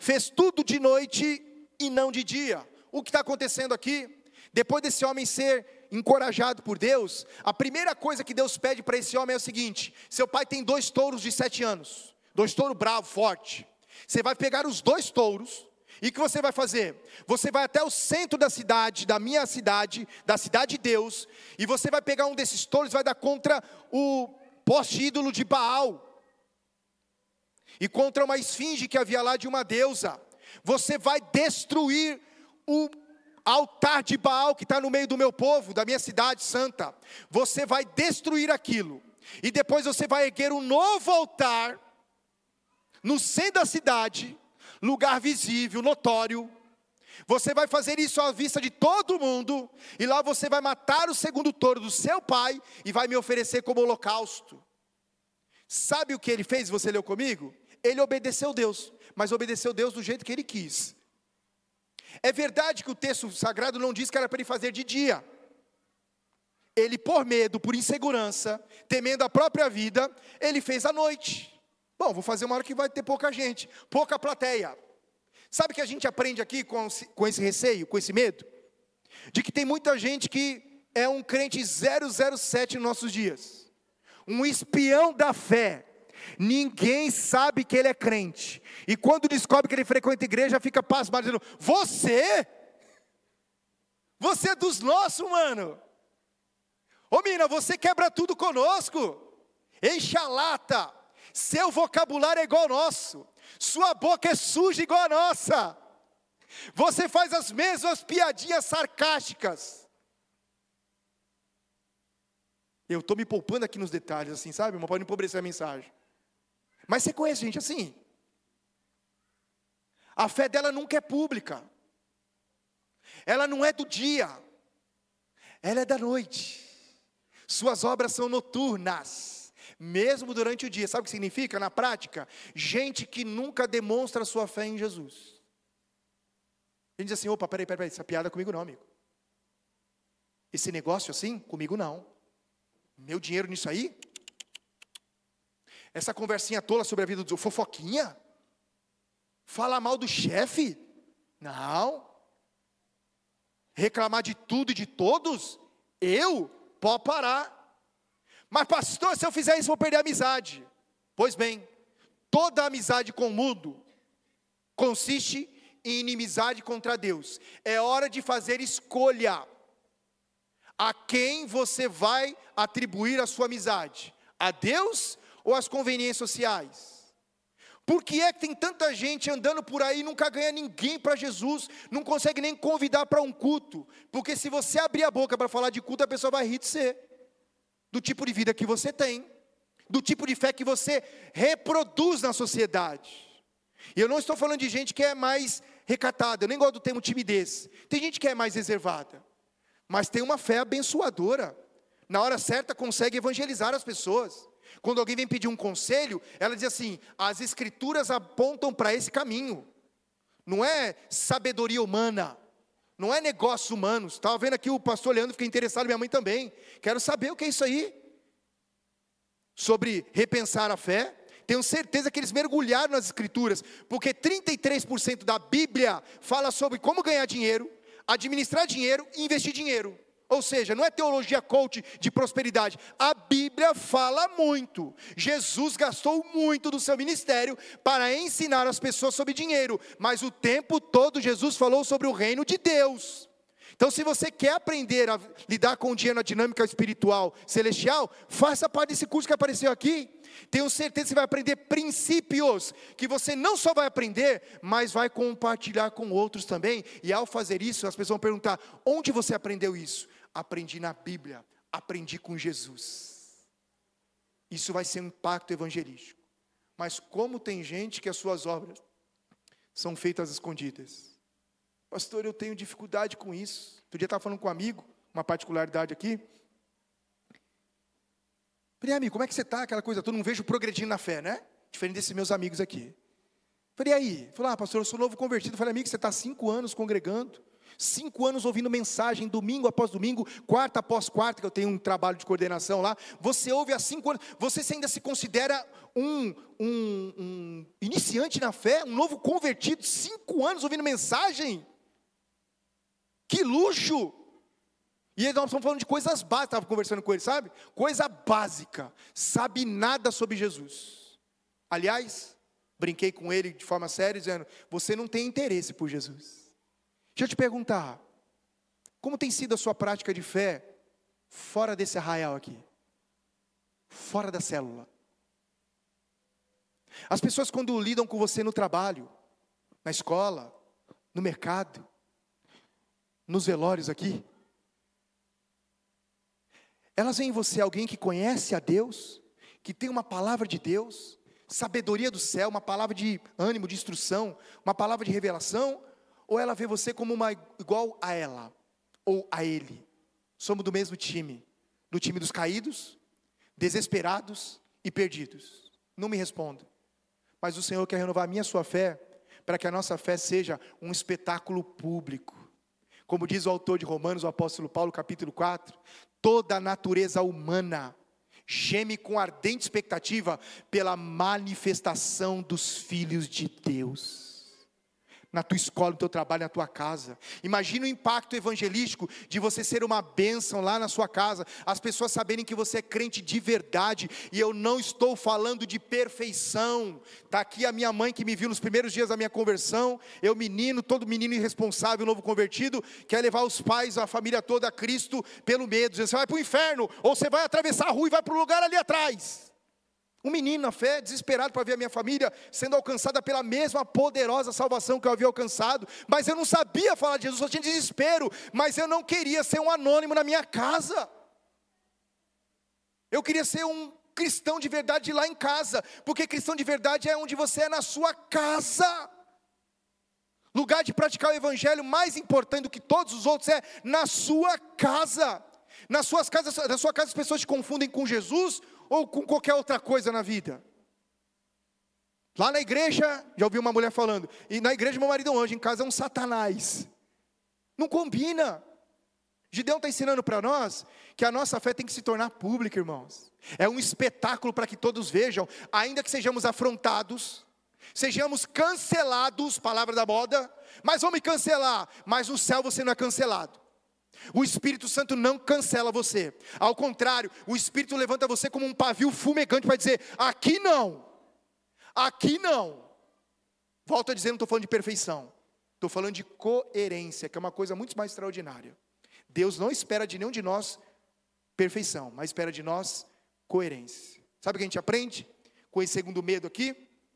e não de dia. O que está acontecendo aqui? Depois desse homem ser encorajado por Deus, a primeira coisa que Deus pede para esse homem é o seguinte: seu pai tem 2 touros de 7 anos, 2 touros bravos, fortes. Você vai pegar os 2 touros, e o que você vai fazer? Você vai até o centro da cidade, da minha cidade, da cidade de Deus, e você vai pegar um desses touros e vai dar contra o poste ídolo de Baal, e contra uma esfinge que havia lá de uma deusa. Você vai destruir o altar de Baal que está no meio do meu povo, da minha cidade santa. Você vai destruir aquilo, e depois você vai erguer um novo altar, no centro da cidade, lugar visível, notório. Você vai fazer isso à vista de todo mundo, e lá você vai matar o segundo touro do seu pai, e vai me oferecer como holocausto. Sabe o que ele fez? Você leu comigo? Ele obedeceu Deus, mas obedeceu Deus do jeito que ele quis. É verdade que o texto sagrado não diz que era para ele fazer de dia. Ele, por medo, por insegurança, temendo a própria vida, ele fez à noite. Bom, vou fazer uma hora que vai ter pouca gente, pouca plateia. Sabe o que a gente aprende aqui com esse receio, com esse medo? De que tem muita gente que é um crente 007 nos nossos dias. Um espião da fé. Ninguém sabe que ele é crente. E quando descobre que ele frequenta a igreja, fica pasmado, dizendo: Você é dos nossos, mano. Ô mina, você quebra tudo conosco. Enche a lata. Seu vocabulário é igual ao nosso. Sua boca é suja igual a nossa. Você faz as mesmas piadinhas sarcásticas. Eu estou me poupando aqui nos detalhes, assim, sabe? Mas pode empobrecer a mensagem. Mas você conhece gente assim? A fé dela nunca é pública. Ela não é do dia. Ela é da noite. Suas obras são noturnas. Mesmo durante o dia. Sabe o que significa na prática? Gente que nunca demonstra sua fé em Jesus. Ele diz assim: opa, peraí, essa piada comigo não, amigo. Esse negócio assim, comigo não. Meu dinheiro nisso aí? Essa conversinha tola sobre a vida dos outros, fofoquinha? Falar mal do chefe? Não. Reclamar de tudo e de todos? Pode parar. Mas pastor, se eu fizer isso, vou perder a amizade. Pois bem, toda amizade com o mundo consiste em inimizade contra Deus. É hora de fazer escolha. A quem você vai atribuir a sua amizade? A Deus ou às conveniências sociais? Por que é que tem tanta gente andando por aí e nunca ganha ninguém para Jesus, não consegue nem convidar para um culto? Porque se você abrir a boca para falar de culto, a pessoa vai rir de você, do tipo de vida que você tem, do tipo de fé que você reproduz na sociedade. E eu não estou falando de gente que é mais recatada, eu nem gosto do termo timidez. Tem gente que é mais reservada, mas tem uma fé abençoadora. Na hora certa consegue evangelizar as pessoas. Quando alguém vem pedir um conselho, ela diz assim: as escrituras apontam para esse caminho. Não é sabedoria humana, não é negócios humanos. Estava vendo aqui o pastor Leandro, fiquei interessado, minha mãe também. Quero saber o que é isso aí. Sobre repensar a fé. Tenho certeza que eles mergulharam nas escrituras, porque 33% da Bíblia fala sobre como ganhar dinheiro, administrar dinheiro e investir dinheiro. Ou seja, não é teologia coach de prosperidade. A Bíblia fala muito. Jesus gastou muito do seu ministério para ensinar as pessoas sobre dinheiro. Mas o tempo todo Jesus falou sobre o reino de Deus. Então, se você quer aprender a lidar com o dinheiro na dinâmica espiritual celestial, faça parte desse curso que apareceu aqui. Tenho certeza que você vai aprender princípios, que você não só vai aprender, mas vai compartilhar com outros também. E ao fazer isso, as pessoas vão perguntar: onde você aprendeu isso? Aprendi na Bíblia, aprendi com Jesus. Isso vai ser um impacto evangelístico. Mas como tem gente que as suas obras são feitas escondidas? Pastor, eu tenho dificuldade com isso. Outro dia eu estava falando com um amigo, uma particularidade aqui. Falei: amigo, como é que você está? Aquela coisa toda, não vejo progredindo na fé, né? Diferente desses meus amigos aqui. Falei: e aí? Falei: pastor, eu sou novo convertido. Falei: amigo, você está há 5 anos congregando. 5 anos ouvindo mensagem, domingo após domingo, quarta após quarta, que eu tenho um trabalho de coordenação lá. Você ouve há 5 anos, você ainda se considera um iniciante na fé, um novo convertido, 5 anos ouvindo mensagem? Que luxo! E nós estamos falando de coisas básicas, estava conversando com ele, sabe? Coisa básica, sabe nada sobre Jesus. Aliás, brinquei com ele de forma séria, dizendo, você não tem interesse por Jesus. Deixa eu te perguntar, como tem sido a sua prática de fé, fora desse arraial aqui? Fora da célula? As pessoas quando lidam com você no trabalho, na escola, no mercado, nos velórios aqui, elas veem em você alguém que conhece a Deus, que tem uma palavra de Deus, sabedoria do céu, uma palavra de ânimo, de instrução, uma palavra de revelação, ou ela vê você como igual a ela, ou a ele? Somos do mesmo time, do time dos caídos, desesperados e perdidos. Não me responda, mas o Senhor quer renovar a minha e a sua fé, para que a nossa fé seja um espetáculo público. Como diz o autor de Romanos, o apóstolo Paulo, capítulo 4, toda a natureza humana geme com ardente expectativa pela manifestação dos filhos de Deus. Na tua escola, no teu trabalho, na tua casa. Imagina o impacto evangelístico de você ser uma bênção lá na sua casa, as pessoas saberem que você é crente de verdade, e eu não estou falando de perfeição. Está aqui a minha mãe que me viu nos primeiros dias da minha conversão, eu menino, todo menino irresponsável, novo convertido, quer levar os pais, a família toda a Cristo pelo medo, dizendo, você vai para o inferno, ou você vai atravessar a rua e vai para o lugar ali atrás. Um menino na fé, desesperado para ver a minha família sendo alcançada pela mesma poderosa salvação que eu havia alcançado, mas eu não sabia falar de Jesus, eu tinha desespero, mas eu não queria ser um anônimo na minha casa, eu queria ser um cristão de verdade lá em casa, porque cristão de verdade é onde você é na sua casa. Lugar de praticar o evangelho mais importante do que todos os outros é na sua casa. Na sua casa as pessoas te confundem com Jesus ou com qualquer outra coisa na vida. Lá na igreja, já ouvi uma mulher falando, e na igreja meu marido é um anjo, em casa é um satanás. Não combina. Gideão está ensinando para nós que a nossa fé tem que se tornar pública, irmãos. É um espetáculo para que todos vejam, ainda que sejamos afrontados, sejamos cancelados, palavra da moda, mas vão me cancelar, mas no céu você não é cancelado. O Espírito Santo não cancela você, ao contrário, o Espírito levanta você como um pavio fumegante para dizer, aqui não, aqui não. Volto a dizer, não estou falando de perfeição, estou falando de coerência, que é uma coisa muito mais extraordinária. Deus não espera de nenhum de nós perfeição, mas espera de nós coerência. Sabe o que a gente aprende com esse segundo medo aqui?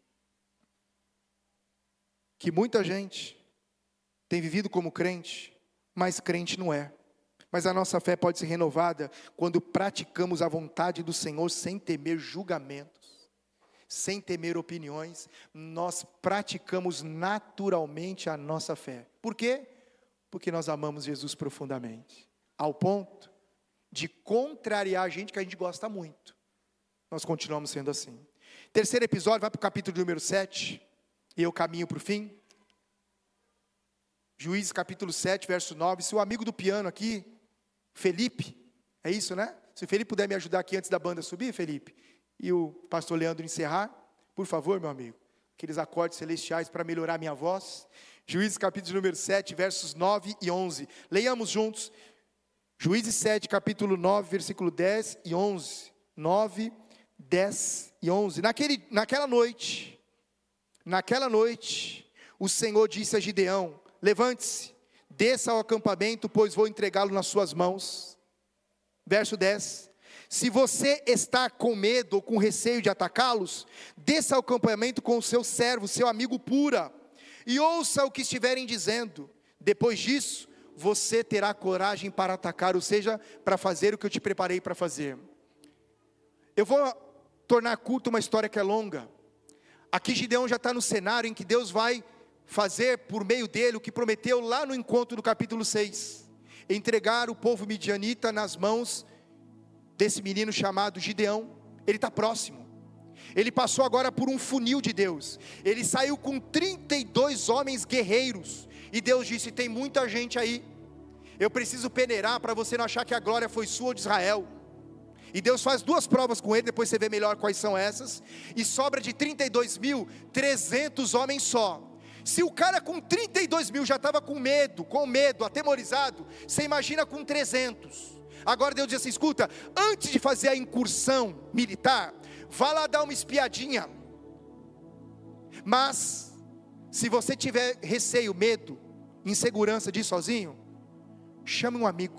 Que muita gente tem vivido como crente, mas crente não é. Mas a nossa fé pode ser renovada quando praticamos a vontade do Senhor sem temer julgamentos, sem temer opiniões. Nós praticamos naturalmente a nossa fé. Por quê? Porque nós amamos Jesus profundamente, ao ponto de contrariar a gente que a gente gosta muito. Nós continuamos sendo assim. Terceiro episódio, vai para o capítulo número 7, e eu caminho para o fim. Juízes capítulo 7, verso 9, se o amigo do piano aqui, Felipe, é isso, né? Se o Felipe puder me ajudar aqui antes da banda subir, Felipe, e o pastor Leandro encerrar, por favor, meu amigo, aqueles acordes celestiais para melhorar minha voz. Juízes capítulo número 7, versos 9 e 11, leiamos juntos, Juízes 7, capítulo 9, versículo 10 e 11, 9, 10 e 11, naquela noite, o Senhor disse a Gideão, levante-se, desça ao acampamento, pois vou entregá-lo nas suas mãos. Verso 10, se você está com medo ou com receio de atacá-los, desça ao acampamento com o seu servo, seu amigo Pura, e ouça o que estiverem dizendo. Depois disso, você terá coragem para atacar, ou seja, para fazer o que eu te preparei para fazer. Eu vou tornar curta uma história que é longa. Aqui Gideão já está no cenário em que Deus vai fazer por meio dele o que prometeu lá no encontro do capítulo 6, entregar o povo midianita nas mãos desse menino chamado Gideão. Ele está próximo, ele passou agora por um funil de Deus, ele saiu com 32 homens guerreiros, E Deus disse: tem muita gente aí, eu preciso peneirar para você não achar que a glória foi sua ou de Israel. E Deus faz 2 provas com ele, depois você vê melhor quais são essas, e sobra de 32.300 homens só. Se o cara com 32.000 já estava com medo, atemorizado, você imagina com 300. Agora Deus diz assim: escuta, antes de fazer a incursão militar, vá lá dar uma espiadinha. Mas, se você tiver receio, medo, insegurança de ir sozinho, chame um amigo,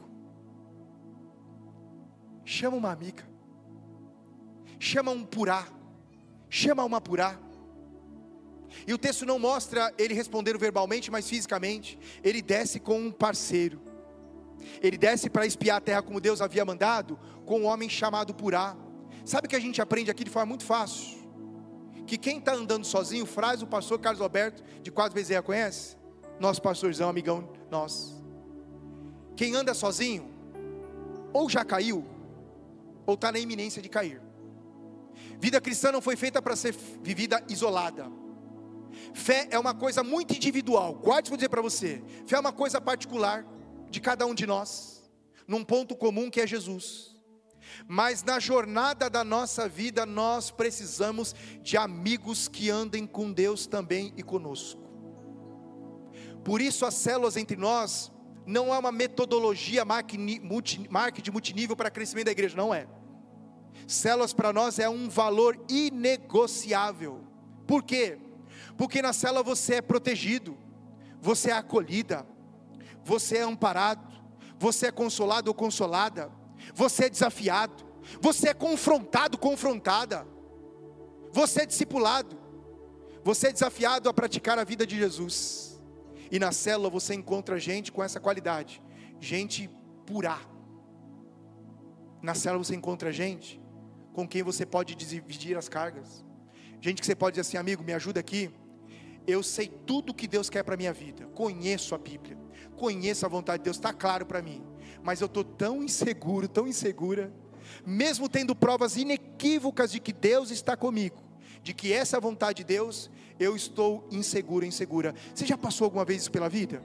chama uma amiga, chama um purá, chama uma purá. E o texto não mostra ele respondendo verbalmente, mas fisicamente. Ele desce com um parceiro, ele desce para espiar a terra como Deus havia mandado, com um homem chamado Purá. Sabe o que a gente aprende aqui de forma muito fácil? Que quem está andando sozinho, faz o pastor Carlos Alberto de Quatro Bezerra conhece? Nosso pastorzão, amigão nosso. Quem anda sozinho, ou já caiu, ou está na iminência de cair. Vida cristã não foi feita para ser vivida isolada. Fé é uma coisa muito individual. Guarde isso, vou dizer para você. Fé é uma coisa particular de cada um de nós, num ponto comum que é Jesus. Mas na jornada da nossa vida, nós precisamos de amigos que andem com Deus também e conosco. Por isso as células entre nós não é uma metodologia marketing multinível para crescimento da igreja, não é. Células para nós é um valor inegociável. Por quê? Porque na célula você é protegido, você é acolhida, você é amparado, você é consolado ou consolada, você é desafiado, você é confrontado, confrontada, você é discipulado, você é desafiado a praticar a vida de Jesus. E na célula você encontra gente com essa qualidade, gente pura. Na célula você encontra gente com quem você pode dividir as cargas, gente que você pode dizer assim: amigo, me ajuda aqui, eu sei tudo que Deus quer para a minha vida, conheço a Bíblia, conheço a vontade de Deus, está claro para mim, mas eu estou tão inseguro, tão insegura, mesmo tendo provas inequívocas de que Deus está comigo, de que essa é a vontade de Deus, eu estou inseguro, insegura. Você já passou alguma vez isso pela vida?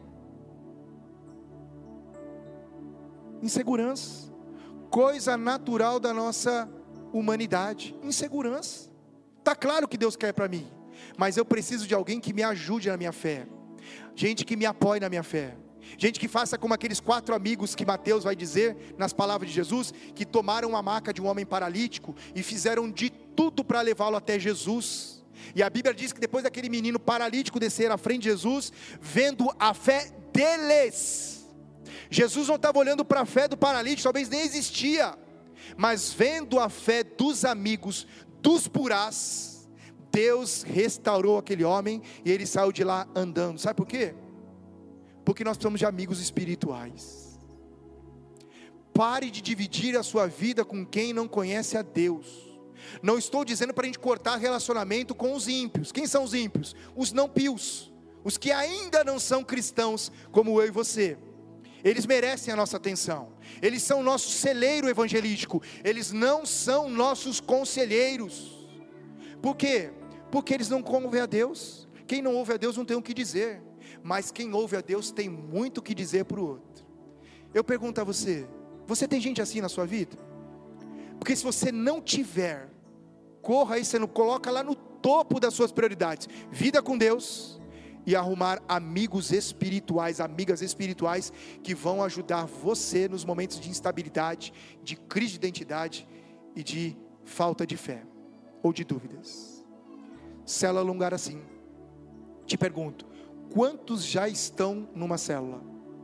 Insegurança, coisa natural da nossa humanidade, insegurança. Está claro que Deus quer para mim, mas eu preciso de alguém que me ajude na minha fé, gente que me apoie na minha fé, gente que faça como aqueles 4 amigos que Mateus vai dizer nas palavras de Jesus, que tomaram a maca de um homem paralítico e fizeram de tudo para levá-lo até Jesus. E a Bíblia diz que depois daquele menino paralítico descer à frente de Jesus, vendo a fé deles, Jesus não estava olhando para a fé do paralítico, talvez nem existia, mas vendo a fé dos amigos, dos purás, Deus restaurou aquele homem e ele saiu de lá andando. Sabe por quê? Porque nós precisamos de amigos espirituais. Pare de dividir a sua vida com quem não conhece a Deus. Não estou dizendo para a gente cortar relacionamento com os ímpios. Quem são os ímpios? Os não pios, os que ainda não são cristãos, como eu e você. Eles merecem a nossa atenção, eles são nosso celeiro evangelístico, eles não são nossos conselheiros. Por quê? Porque eles não ouvem a Deus. Quem não ouve a Deus não tem o que dizer, mas quem ouve a Deus tem muito o que dizer para o outro. Eu pergunto a você, você tem gente assim na sua vida? Porque se você não tiver, corra aí, você não coloca lá no topo das suas prioridades, vida com Deus, e arrumar amigos espirituais, amigas espirituais, que vão ajudar você nos momentos de instabilidade, de crise de identidade e de falta de fé, ou de dúvidas. Célula é um lugar assim. Te pergunto, quantos já estão numa célula?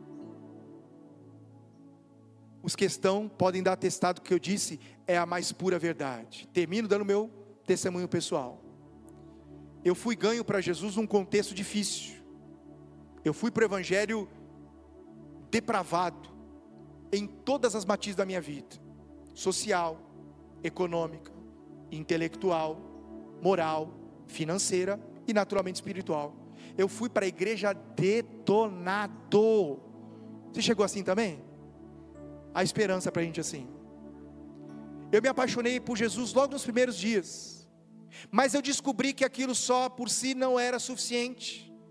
Os que estão podem dar atestado que eu disse é a mais pura verdade. Termino dando meu testemunho pessoal. Eu fui ganho para Jesus num contexto difícil. Eu fui para o evangelho depravado em todas as matizes da minha vida: social, econômica, intelectual, moral, financeira e naturalmente espiritual. Eu fui para a igreja detonado. Você chegou assim também? A esperança para a gente assim. Eu me apaixonei por Jesus logo nos primeiros dias, mas eu descobri que aquilo só por si não era suficiente.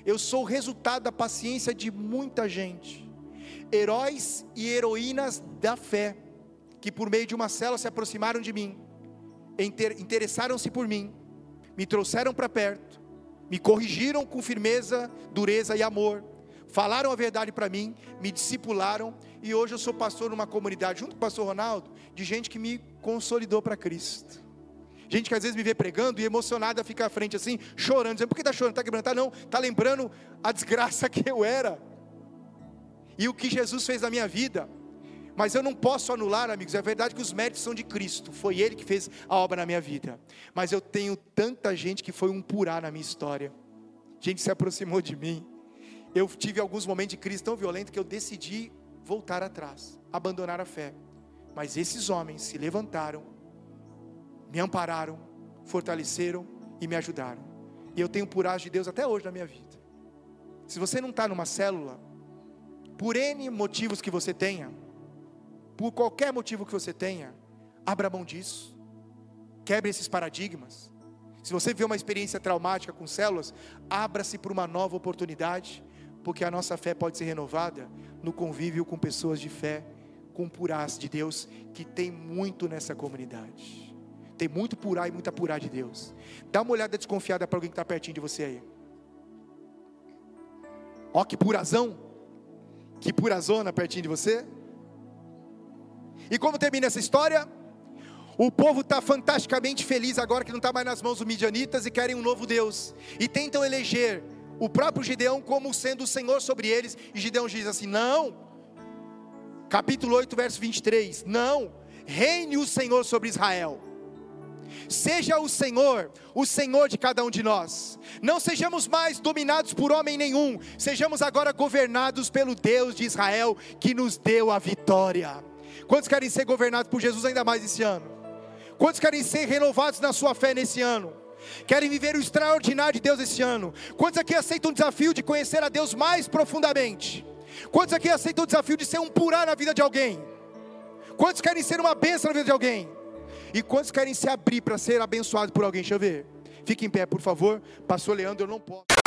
eu sou o resultado da paciência de muita gente. Heróis e heroínas da fé, que por meio de uma célula se aproximaram de mim, interessaram-se por mim, me trouxeram para perto, me corrigiram com firmeza, dureza e amor, falaram a verdade para mim, me discipularam, e hoje eu sou pastor numa comunidade, junto com o pastor Ronaldo, de gente que me consolidou para Cristo. Gente que às vezes me vê pregando e emocionada fica à frente assim, chorando, dizendo: por que está chorando? Está quebrando? Não, está lembrando a desgraça que eu era, e o que Jesus fez na minha vida. Mas eu não posso anular, amigos, é verdade que os méritos são de Cristo, foi Ele que fez a obra na minha vida, mas eu tenho tanta gente que foi um purá na minha história, gente que se aproximou de mim. Eu tive alguns momentos de crise tão violenta que eu decidi voltar atrás, abandonar a fé, mas esses homens se levantaram, me ampararam, fortaleceram e me ajudaram, e eu tenho purás de Deus até hoje na minha vida. Se você não está numa célula, por N motivos que você tenha, por qualquer motivo que você tenha, abra mão disso, quebre esses paradigmas. Se você vê uma experiência traumática com células, abra-se para uma nova oportunidade, porque a nossa fé pode ser renovada no convívio com pessoas de fé, com purás de Deus, que tem muito nessa comunidade, tem muito purá e muita purá de Deus. Dá uma olhada desconfiada para alguém que está pertinho de você aí. Ó, que purazão, que purazona pertinho de você. E como termina essa história? O povo está fantasticamente feliz agora que não está mais nas mãos dos midianitas e querem um novo Deus, e tentam eleger o próprio Gideão como sendo o Senhor sobre eles, e Gideão diz assim: não, capítulo 8 verso 23, não, reine o Senhor sobre Israel, seja o Senhor de cada um de nós, não sejamos mais dominados por homem nenhum, sejamos agora governados pelo Deus de Israel, que nos deu a vitória. Quantos querem ser governados por Jesus ainda mais esse ano? Quantos querem ser renovados na sua fé nesse ano? Querem viver o extraordinário de Deus esse ano? Quantos aqui aceitam o desafio de conhecer a Deus mais profundamente? Quantos aqui aceitam o desafio de ser um purá na vida de alguém? Quantos querem ser uma bênção na vida de alguém? E quantos querem se abrir para ser abençoado por alguém? Deixa eu ver. Fique em pé, por favor. Pastor Leandro, eu não posso.